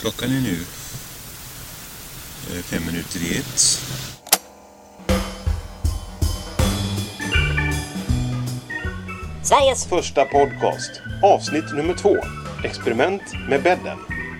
Klockan är nu 1:05. Sveriges första podcast, avsnitt nummer 2, experiment med bädden.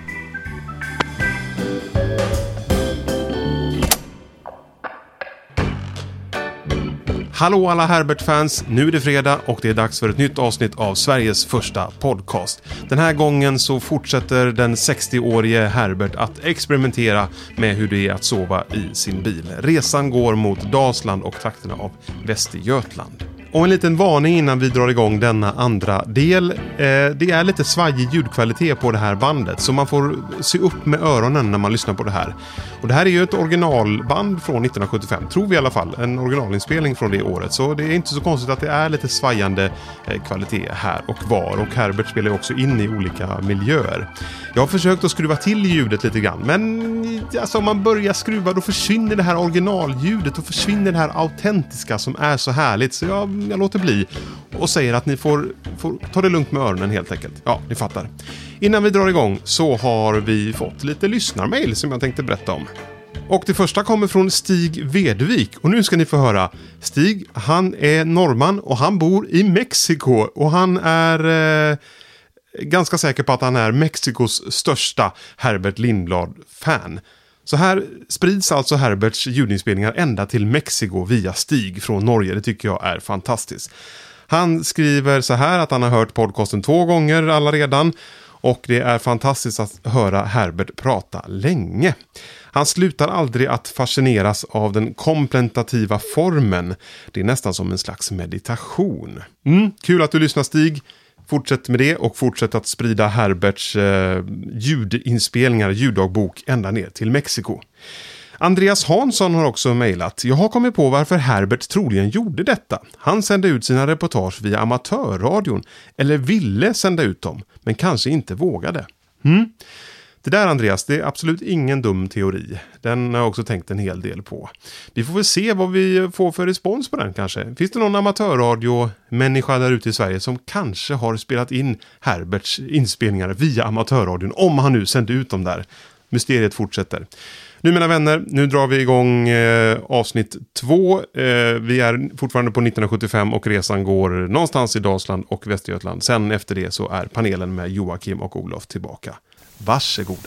Hallå alla Herbert-fans, nu är det fredag och det är dags för ett nytt avsnitt av Sveriges första podcast. Den här gången så fortsätter den 60-årige Herbert att experimentera med hur det är att sova i sin bil. Resan går mot Dalsland och trakterna av Västergötland. Och en liten varning innan vi drar igång denna andra del. Det är lite svajig ljudkvalitet på det här bandet, så man får se upp med öronen när man lyssnar på det här. Och det här är ju ett originalband från 1975, tror vi i alla fall. En originalinspelning från det året, så det är inte så konstigt att det är lite svajande kvalitet här och var. Och Herbert spelar ju också in i olika miljöer. Jag har försökt att skruva till ljudet lite grann, men alltså, om man börjar skruva då försvinner det här originalljudet och försvinner det här autentiska som är så härligt. Så jag låter bli och säger att ni får ta det lugnt med öronen helt enkelt. Ja, ni fattar. Innan vi drar igång så har vi fått lite lyssnarmail som jag tänkte berätta om. Och det första kommer från Stig Vedvik. Och nu ska ni få höra. Stig, han är norrman och han bor i Mexiko. Och han är ganska säker på att han är Mexikos största Herbert Lindblad-fan. Så här sprids alltså Herberts ljudinspelningar ända till Mexiko via Stig från Norge. Det tycker jag är fantastiskt. Han skriver så här att han har hört podcasten 2 gånger alla redan. Och det är fantastiskt att höra Herbert prata länge. Han slutar aldrig att fascineras av den komplementativa formen. Det är nästan som en slags meditation. Kul att du lyssnar, Stig. Fortsätt med det och fortsätt att sprida Herberts ljudinspelningar, ljuddagbok ända ner till Mexiko. Andreas Hansson har också mejlat. Jag har kommit på varför Herbert troligen gjorde detta. Han sände ut sina reportage via amatörradion eller ville sända ut dem, men kanske inte vågade. Det där, Andreas, det är absolut ingen dum teori. Den har jag också tänkt en hel del på. Vi får väl se vad vi får för respons på den kanske. Finns det någon amatörradio-människa där ute i Sverige som kanske har spelat in Herberts inspelningar via amatörradion, om han nu sände ut dem där? Mysteriet fortsätter. Nu, mina vänner, nu drar vi igång avsnitt 2. Vi är fortfarande på 1975 och resan går någonstans i Dalsland och Västergötland. Sen efter det så är panelen med Joakim och Olof tillbaka. Varsågoda.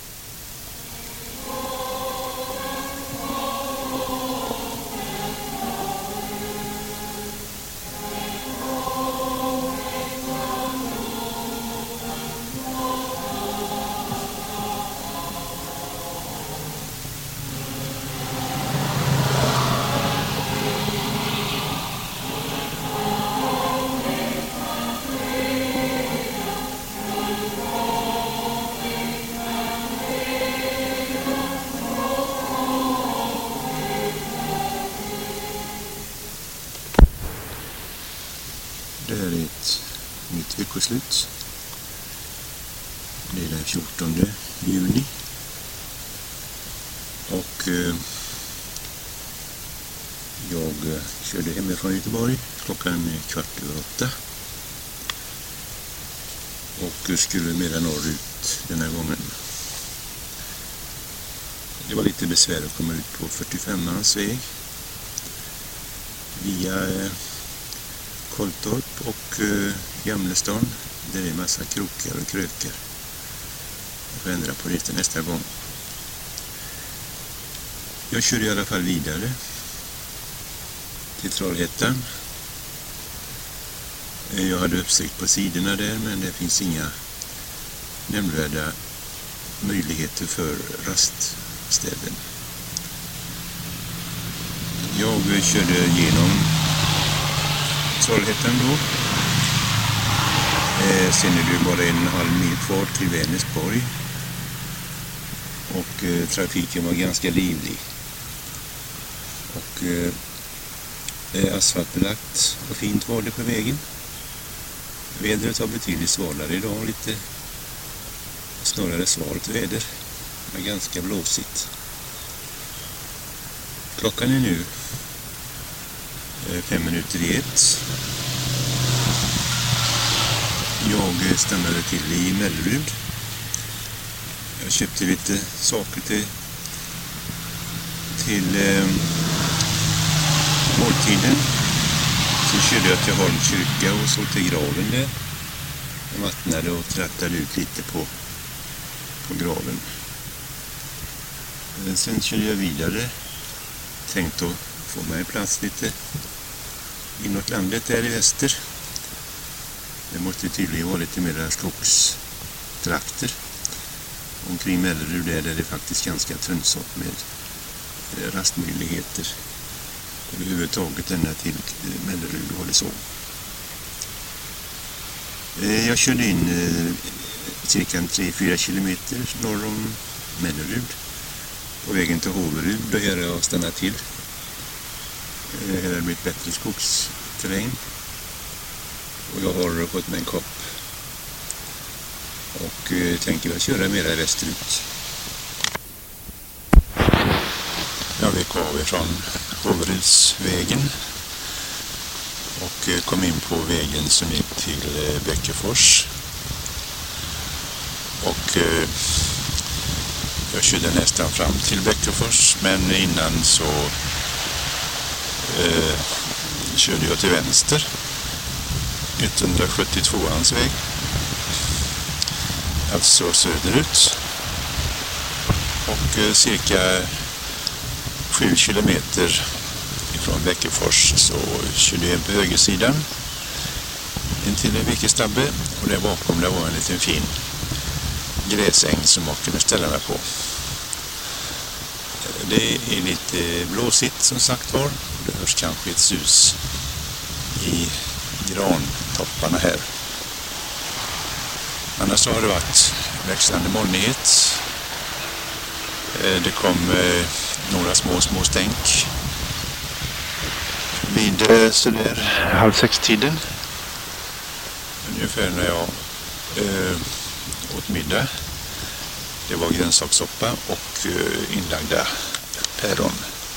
Det här är ett nytt veckoslut. Det är den 14 juni. Och jag körde hemifrån Göteborg. Klockan är 7:15. Och skulle mera norrut den här gången. Det var lite besvär att komma ut på 45ans väg. Via Kolltorp och Gamlestan, där det är massa krokar och krökar. Jag får ändra på det till nästa gång. Jag kör i alla fall vidare till Trollhättan. Jag hade uppsikt på sidorna där, men det finns inga nämnvärda möjligheter för rastställen. Jag körde igenom Trollhättan då. Sen är det bara 1,5 mil kvar till Vänersborg. Och trafiken var ganska livlig. Och asfaltbelagt och fint var det på vägen. Vädret var betydligt svalare idag, lite snarare svalt väder. Det var ganska blåsigt. Klockan är nu 1:05. Jag stannade till i Mellerud Jag köpte lite saker till måltiden. Så körde jag till Holm kyrka och såg till graven där. Jag vattnade och trattade ut lite på graven. Sen körde jag vidare. Tänkte att få mig plats lite inåt landet där i väster. Det måste tydligen vara lite mer skogstrakter omkring Mellerud där det är faktiskt ganska tunnsått med rastmöjligheter överhuvudtaget ända till Mellerud och så. Jag körde in cirka 3-4 kilometer norr om Mellerud på vägen till Håverud, och här har jag stannat till. Här har det blivit bättre skogsterräng och jag har fått mig en kopp och tänker väl köra mera västerut. Jag vek av ifrån Håverudsvägen och kom in på vägen som gick till Bäckefors, och jag körde nästan fram till Bäckefors, men innan så körde jag till vänster 172ans väg, alltså söderut, och cirka 7 kilometer ifrån Bäckefors så körde jag på högersidan in till en virkestabbe, och där bakom det var en liten fin gräsäng som jag kunde ställa mig på. Det är lite blåsigt som sagt var. Det hörs kanske ett sus i grantopparna här. Annars har det varit växlande molnighet. Det kom några små stänk vid sådär 5:30-tiden. Ungefär när jag åt middag. Det var grönsakssoppa och inlagda päron.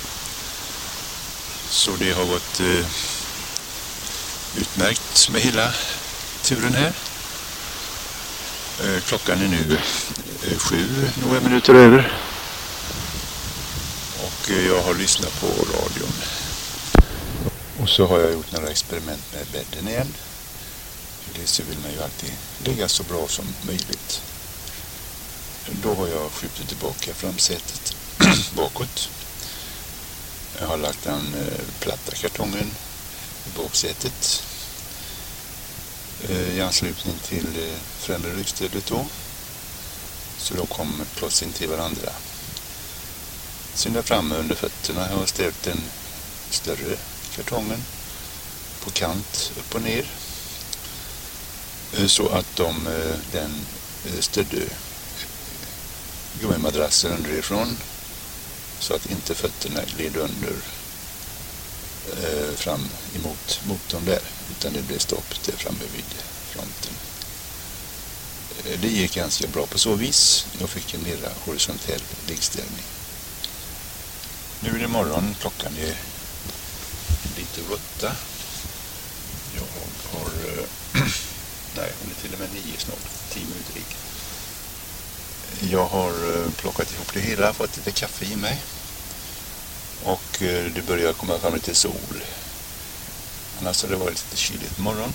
Så det har gått utmärkt med hela turen här. Klockan är nu 7 några minuter över. Och jag har lyssnat på radion. Och så har jag gjort några experiment med bädden igen. För det så vill man ju alltid ligga så bra som möjligt. Då har jag skjutit tillbaka framsätet bakåt. Jag har lagt den platta kartongen i baksätet i anslutning till främre ryggstödet då. Så de kommer plåts in till varandra. Sen där framme under fötterna har jag ställt den större kartongen på kant upp och ner. Så att den stödde gummimadrassen underifrån, så att inte fötterna gled under fram emot motorn där, utan det blev stopp där framme vid fronten. Det gick ganska bra på så vis. Jag fick en mera horisontell liggställning. Nu är det morgon, klockan är lite 8. Jag har nej, hon är till och med 9 snart, 10 minuter gick. Jag har plockat ihop det hela, fått lite kaffe i mig. Och det börjar komma fram lite sol. Annars har det varit lite kyligt morgon.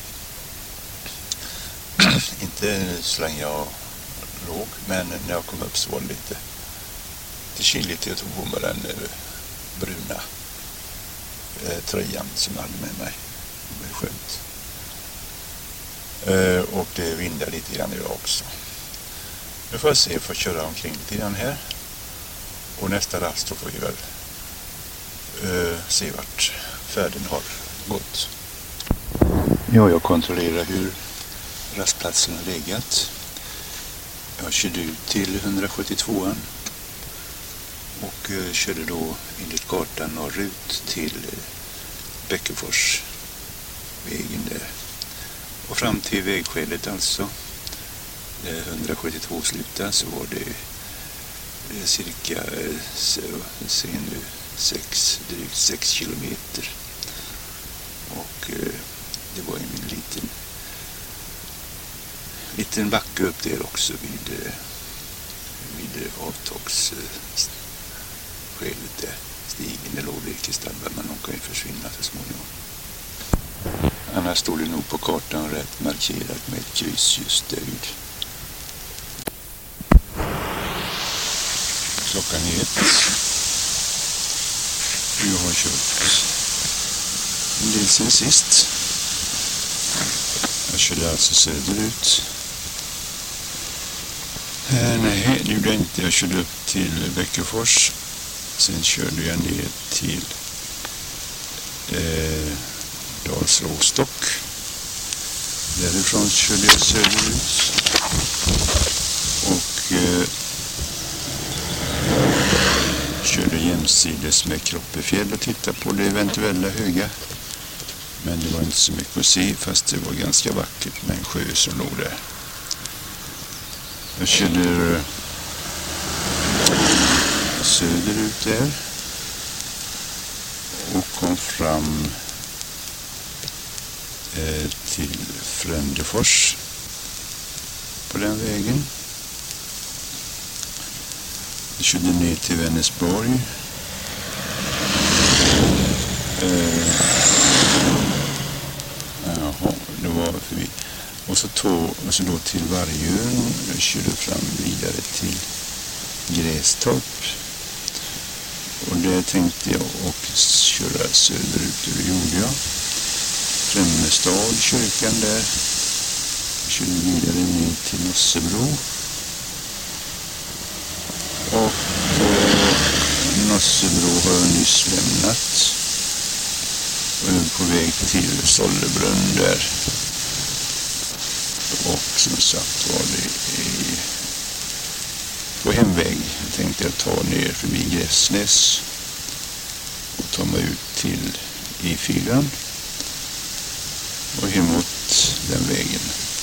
Inte så länge jag låg, men när jag kom upp så var det lite kyligt. Jag tog på mig den bruna tröjan som jag hade med mig. Det var skönt. Och det vindar lite grann idag också. Nu får jag se, jag får köra omkring lite grann här. Och nästa rast då får vi väl se vart färden har gått. Ja, jag kontrollerar hur rastplatsen har legat. Jag körde ut till 172an och körde då enligt kartan norrut till Bäckefors vägen där. Och fram till vägskälet alltså, där 172 slutar, så var det cirka drygt 6 kilometer. Och det var en liten backe upp där också vid avtagsskedet där. Stigen eller virkesställen, men de kan ju försvinna så småningom. Annars står det nog på kartan rätt markerat med ett kryss just där ut. Klockan är 1. Jag har kört en del sen sist. Jag körde alltså söderut. Nej, det gjorde jag inte. Jag körde upp till Bäckefors. Sen körde jag ner till Dals-Rostock. Därifrån körde jag söderut. Och körde jämsides med Kroppefjäll och tittade på det eventuella höga. Men det var inte så mycket att se, fast det var ganska vackert med en sjö som låg där. Jag körde söderut där och kom fram till Frändefors på den vägen. Jag körde ner till Vänersborg. Det var förbi. Och så då till Vargön. Jag körde fram vidare till Grästorp. Och där tänkte jag och köra söderut, och det gjorde jag. Främmestad, kyrkan där. Jag körde vidare ner till Nossebro. Och Nossebro har jag nyss lämnat. Och är på väg till Sollebrunn där. Och som sagt var det på hemväg. Jag tänkte jag ta ner förbi Gräsnäs och ta mig ut till E4 och hemåt den vägen.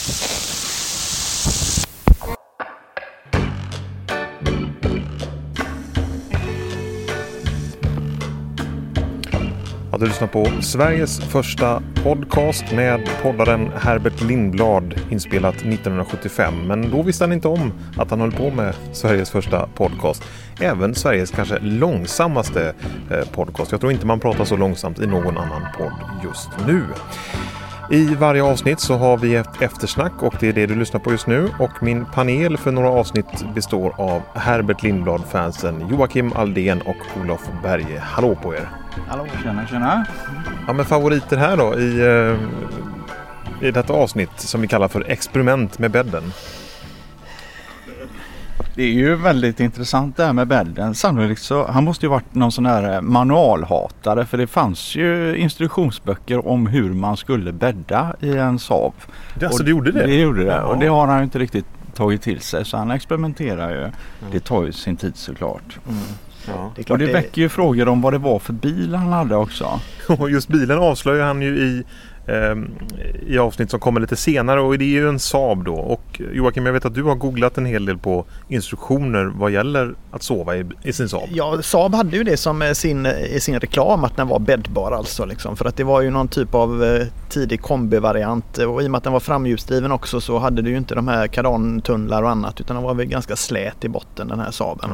Du lyssnar på Sveriges första podcast med poddaren Herbert Lindblad, inspelat 1975. Men då visste han inte om att han höll på med Sveriges första podcast. Även Sveriges kanske långsammaste podcast. Jag tror inte man pratar så långsamt i någon annan podd just nu. I varje avsnitt så har vi ett eftersnack, och det är det du lyssnar på just nu. Och min panel för några avsnitt består av Herbert Lindblad-fansen Joakim Aldén och Olof Berge. Hallå på er! Hallå, tjena. Ja, men favoriter här då i detta avsnitt som vi kallar för experiment med bädden. Det är ju väldigt intressant det här med bädden. Sannolikt så, han måste ju varit någon sån här manualhatare, för det fanns ju instruktionsböcker om hur man skulle bädda i en Saab. Alltså, det gjorde det? Det gjorde det, ja. Och det har han ju inte riktigt tagit till sig, så han experimenterar ju. Det tar ju sin tid såklart. Ja. Det är klart, och det väcker ju frågor om vad det var för bil han hade också. Och just bilen avslöjar han ju i avsnitt som kommer lite senare, och det är ju en Saab då. Och Joakim, jag vet att du har googlat en hel del på instruktioner vad gäller att sova i sin Saab. Ja, Saab hade ju det som i sin reklam, att den var bäddbar alltså liksom. För att det var ju någon typ av tidig kombi-variant, och i och med att den var framhjulsdriven också så hade det ju inte de här kardantunnlar och annat, utan den var väl ganska slät i botten, den här Saaben.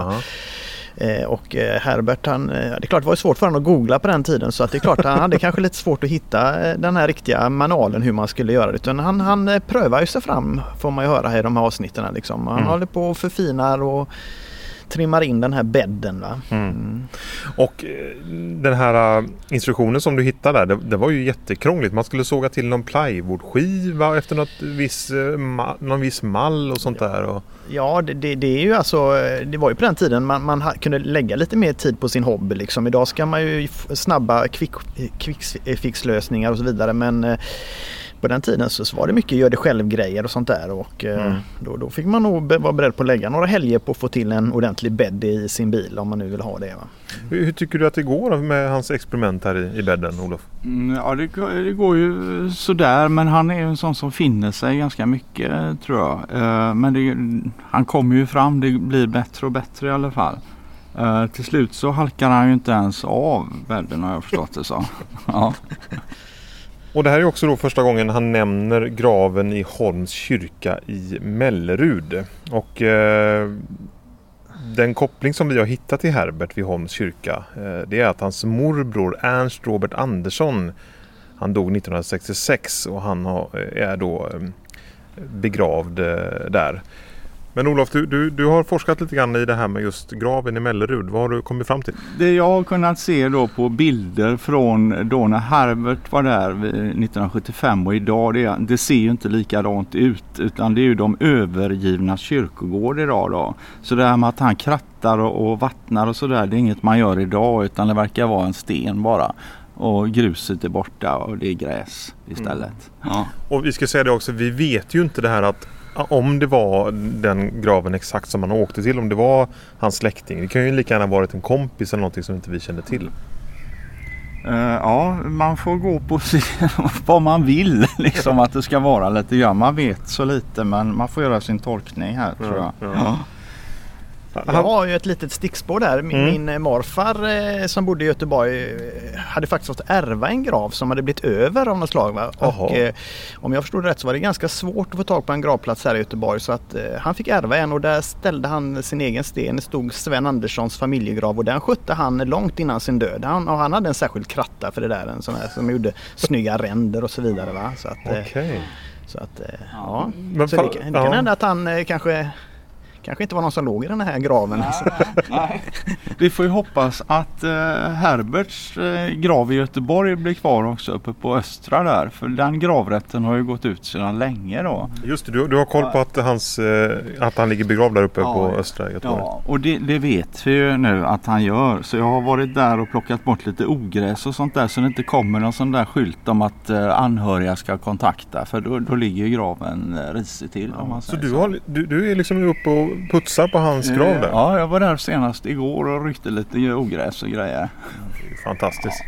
Och Herbert, det är klart det var svårt för honom att googla på den tiden, så att det är klart han hade kanske lite svårt att hitta den här riktiga manualen hur man skulle göra det, utan han prövar ju sig fram, får man ju höra i de här avsnitten liksom. Han håller på och förfinar och trimmar in den här bädden, va? Och den här instruktionen som du hittade där, det var ju jättekrångligt. Man skulle såga till någon plywoodskiva efter någon viss mall och sånt där. Och... Ja, det är ju alltså, det var ju på den tiden man kunde lägga lite mer tid på sin hobby liksom. Idag ska man ju snabba quick-fix-lösningar och så vidare, men på den tiden så var det mycket gör det själv-grejer och sånt där, och då fick man nog vara beredd på att lägga några helger på att få till en ordentlig bädd i sin bil, om man nu vill ha det, va? Hur tycker du att det går med hans experiment här i bädden, Olof? Ja, det går ju sådär, men han är ju en sån som finner sig ganska mycket, tror jag. Men han kommer ju fram, det blir bättre och bättre i alla fall. Till slut så halkar han ju inte ens av bädden, har jag förstått det så. Ja. Och det här är också då första gången han nämner graven i Holms kyrka i Mellerud. Och den koppling som vi har hittat till Herbert vid Holms kyrka, det är att hans morbror Ernst Robert Andersson, han dog 1966 och han är då begravd där. Men Olof, du har forskat lite grann i det här med just graven i Mellerud. Vad har du kommit fram till? Det jag har kunnat se då på bilder från då när Herbert var där 1975 och idag, det ser ju inte likadant ut, utan det är ju de övergivna kyrkogård idag då. Så det här med att han krattar och vattnar och sådär, det är inget man gör idag, utan det verkar vara en sten bara. Och gruset är borta och det är gräs istället. Ja. Och vi ska säga det också, vi vet ju inte det här att om det var den graven exakt som han åkte till, om det var hans släkting. Det kan ju lika gärna varit en kompis eller någonting som inte vi kände till. Ja, man får gå på vad man vill liksom, att det ska vara lite grann. Man vet så lite, men man får göra sin tolkning här, tror jag. Ja. Jag har ju ett litet stickspår där. Min morfar som bodde i Göteborg hade faktiskt fått ärva en grav som hade blivit över av något slag. Va? Och om jag förstod rätt så var det ganska svårt att få tag på en gravplats här i Göteborg, så att han fick ärva en och där ställde han sin egen sten. Det stod Sven Anderssons familjegrav och den skötte han långt innan sin död. Han hade en särskild kratta för det där, en sån här som gjorde snygga ränder och så vidare. Va? Så att, så att ja. Men så det kan hända att han kanske inte var någon som låg i den här graven. Nej. Vi får ju hoppas att Herberts grav i Göteborg blir kvar också uppe på Östra där. För den gravrätten har ju gått ut sedan länge då. Just det, du har koll på att han ligger begravd där uppe på Östra i Göteborg. Ja, och det vet vi ju nu att han gör. Så jag har varit där och plockat bort lite ogräs och sånt där, så det inte kommer någon sån där skylt om att anhöriga ska kontakta. För då ligger ju graven risigt till. Om man säger så du är liksom uppe och putsar på hans grav där? Ja, jag var där senast igår och ryckte lite ogräs och grejer. Fantastiskt.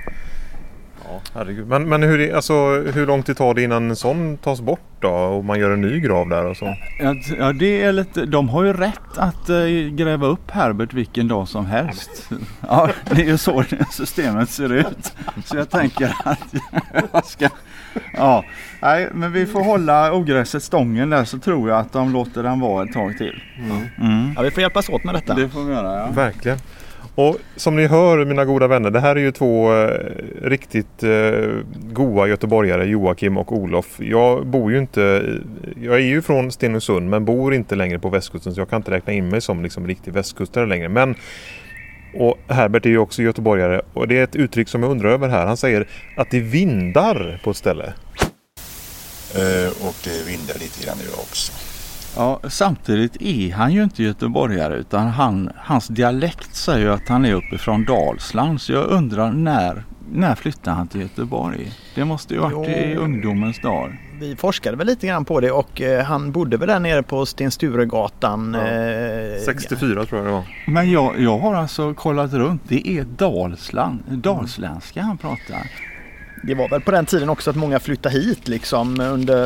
Ja, herregud. Men hur långt det tar det innan en sån tas bort då? Och man gör en ny grav där och så? Ja, det är lite... De har ju rätt att gräva upp Herbert vilken dag som helst. Ja, det är ju så systemet ser ut. Så jag tänker att jag ska... Ja, nej, men vi får hålla ogräset stången där, så tror jag att de låter den vara ett tag till. Ja, vi får hjälpas åt med detta. Det får vi göra, ja. Verkligen. Och som ni hör, mina goda vänner, det här är ju två riktigt goa göteborgare, Joakim och Olof. Jag är ju från Stenungsund men bor inte längre på västkusten, så jag kan inte räkna in mig som liksom riktig västkustare längre. Och Herbert är ju också göteborgare, och det är ett uttryck som jag undrar över här. Han säger att det vindar på ett ställe. Och det vindar lite grann nu också. Ja, samtidigt är han ju inte göteborgare, utan hans dialekt säger ju att han är uppifrån Dalsland. Så jag undrar när flyttade han till Göteborg? Det måste ju varit i ungdomens dag. Vi forskade väl lite grann på det, och han bodde väl där nere på Sten Sturegatan. 64 tror jag det var. Men jag har alltså kollat runt. Det är dalsländska han pratar. Det var väl på den tiden också att många flyttade hit liksom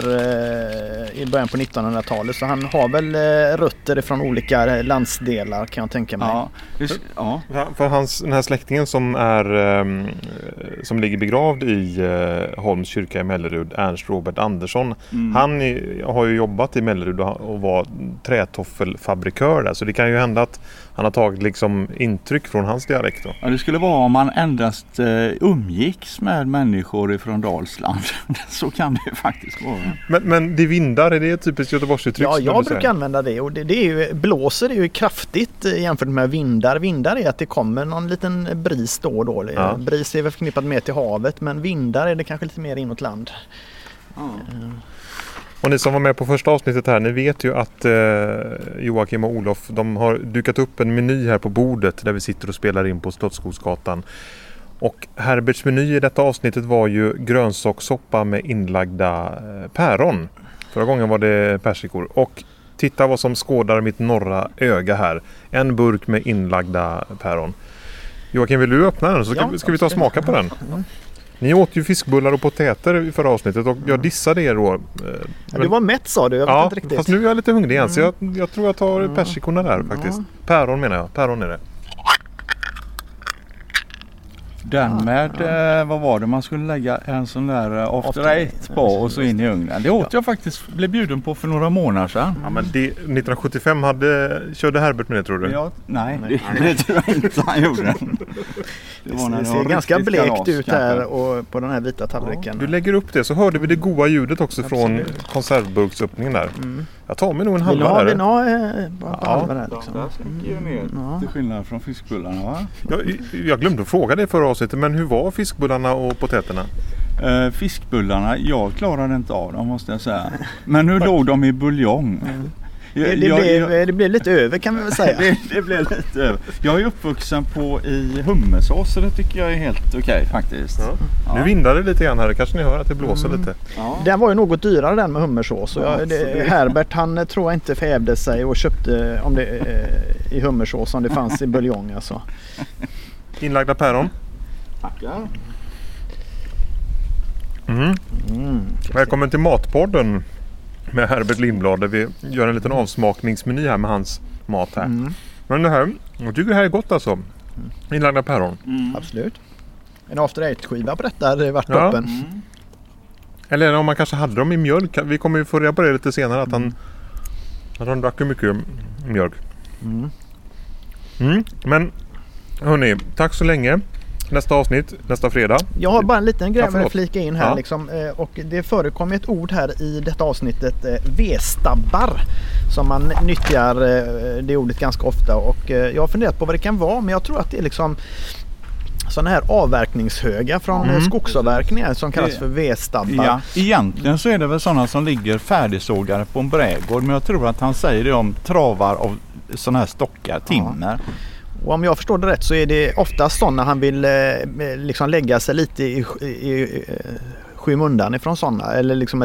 i början på 1900-talet. Så han har väl rötter från olika landsdelar, kan jag tänka mig. Ja. För den här släktingen som ligger begravd i Holms kyrka i Mellerud, Ernst Robert Andersson. Han har ju jobbat i Mellerud och var trätoffelfabrikör där. Så det kan ju hända att han har tagit liksom intryck från hans dialekt då. Ja, det skulle vara om man endast umgicks med människor från Dalsland. Så kan det ju faktiskt vara. Men det vindar, är det ett typiskt göteborgsuttryck? Ja, jag brukar använda det. Och det är ju, blåser är ju kraftigt jämfört med vindar. Vindar är att det kommer någon liten bris då och då. Ja. Bris är väl förknippat mer till havet, men vindar är det kanske lite mer inåt land. Och ni som var med på första avsnittet här, ni vet ju att Joakim och Olof, de har dukat upp en meny här på bordet där vi sitter och spelar in på Slottsskogsgatan. Och Herberts meny i detta avsnittet var ju grönsakssoppa med inlagda päron. Förra gången var det persikor. Och titta vad som skådar mitt norra öga här. En burk med inlagda päron. Joakim, vill du öppna den så ska vi ta och smaka på den? Ni åt ju fiskbullar och potäter i förra avsnittet och jag dissade er då. Du var mätt, sa du, jag vet inte riktigt. Fast nu är jag lite hungrig igen så jag tror jag tar persikorna där faktiskt. Päron menar jag, päron är det. Den med, vad var det man skulle lägga en sån där after eight på och så in i ugnen. Det åt jag faktiskt, blev bjuden på för några månader sedan. Ja, men 1975 körde Herbert med det, tror du? Ja, nej. Det tror jag inte han gjorde. Det ser ganska blekt ut här och på den här vita tallriken. Du lägger upp det så hörde vi det goda ljudet också från konservburksöppningen där. Jag tar mig nog en halva där. Halva där liksom. Där sänker ju ner till skillnad från fiskbullarna, va? Jag glömde att fråga det förra avsnittet, men hur var fiskbullarna och potäterna? Fiskbullarna, jag klarade inte av dem måste jag säga. Men nu låg de i buljong. Det blev lite över kan vi väl säga. det blev lite över. Jag är uppvuxen i hummersås så det tycker jag är helt okej faktiskt. Nu vindar det lite grann här, kanske ni hör att det blåser lite. Ja. Den var ju något dyrare den med hummersås. Herbert han tror jag inte förhävde sig och köpte om det i hummersås om det fanns i buljong alltså. Inlagda päron. Tackar. Välkommen till Matpodden med Herbert Lindblad där vi gör en liten avsmakningsmeny här med hans mat här. Men det här, jag tycker det här är gott alltså. Inlagda päron. Absolut. En after eight-skiva på detta hade varit toppen. Eller om man kanske hade dem i mjölk. Vi kommer ju få reda på det lite senare att han drack mycket mjölk. Men hörni, tack så länge. Nästa avsnitt, nästa fredag. Jag har bara en liten grej med att flika in här liksom, och det förekommer ett ord här i detta avsnittet, V-stabbar, som man nyttjar det ordet ganska ofta och jag har funderat på vad det kan vara, men jag tror att det är liksom sådana här avverkningshöga från skogsavverkningar som kallas för V-stabbar. Ja, egentligen så är det väl sådana som ligger färdigsågade på en brädgård, men jag tror att han säger det om travar av sådana här stockar, timmer. Och om jag förstår det rätt så är det ofta sådana han vill liksom lägga sig lite i skymundan ifrån sådana. Eller liksom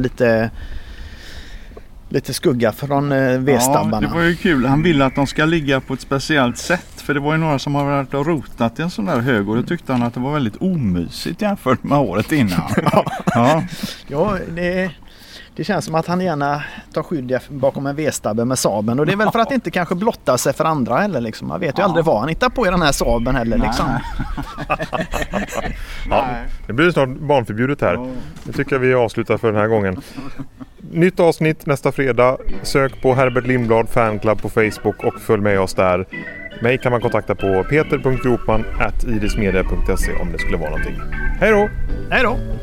lite skugga från V-stabbarna. Ja, det var ju kul. Han ville att de ska ligga på ett speciellt sätt. För det var ju några som har varit och rotat i en sån där hög. Och då tyckte han att det var väldigt omysigt jämfört med året innan. Ja, det känns som att han gärna tar skydd bakom en V-stabbe med Saben. Och det är väl för att inte kanske blotta sig för andra heller. Liksom. Man vet ju aldrig vad han hittar på i den här Saben heller. Liksom. Det blir snart barnförbjudet här. Det tycker jag vi avslutar för den här gången. Nytt avsnitt nästa fredag. Sök på Herbert Lindblad Fanclub på Facebook och följ med oss där. Mig kan man kontakta på peter.gropman@idismedia.se om det skulle vara någonting. Hej då! Hej då!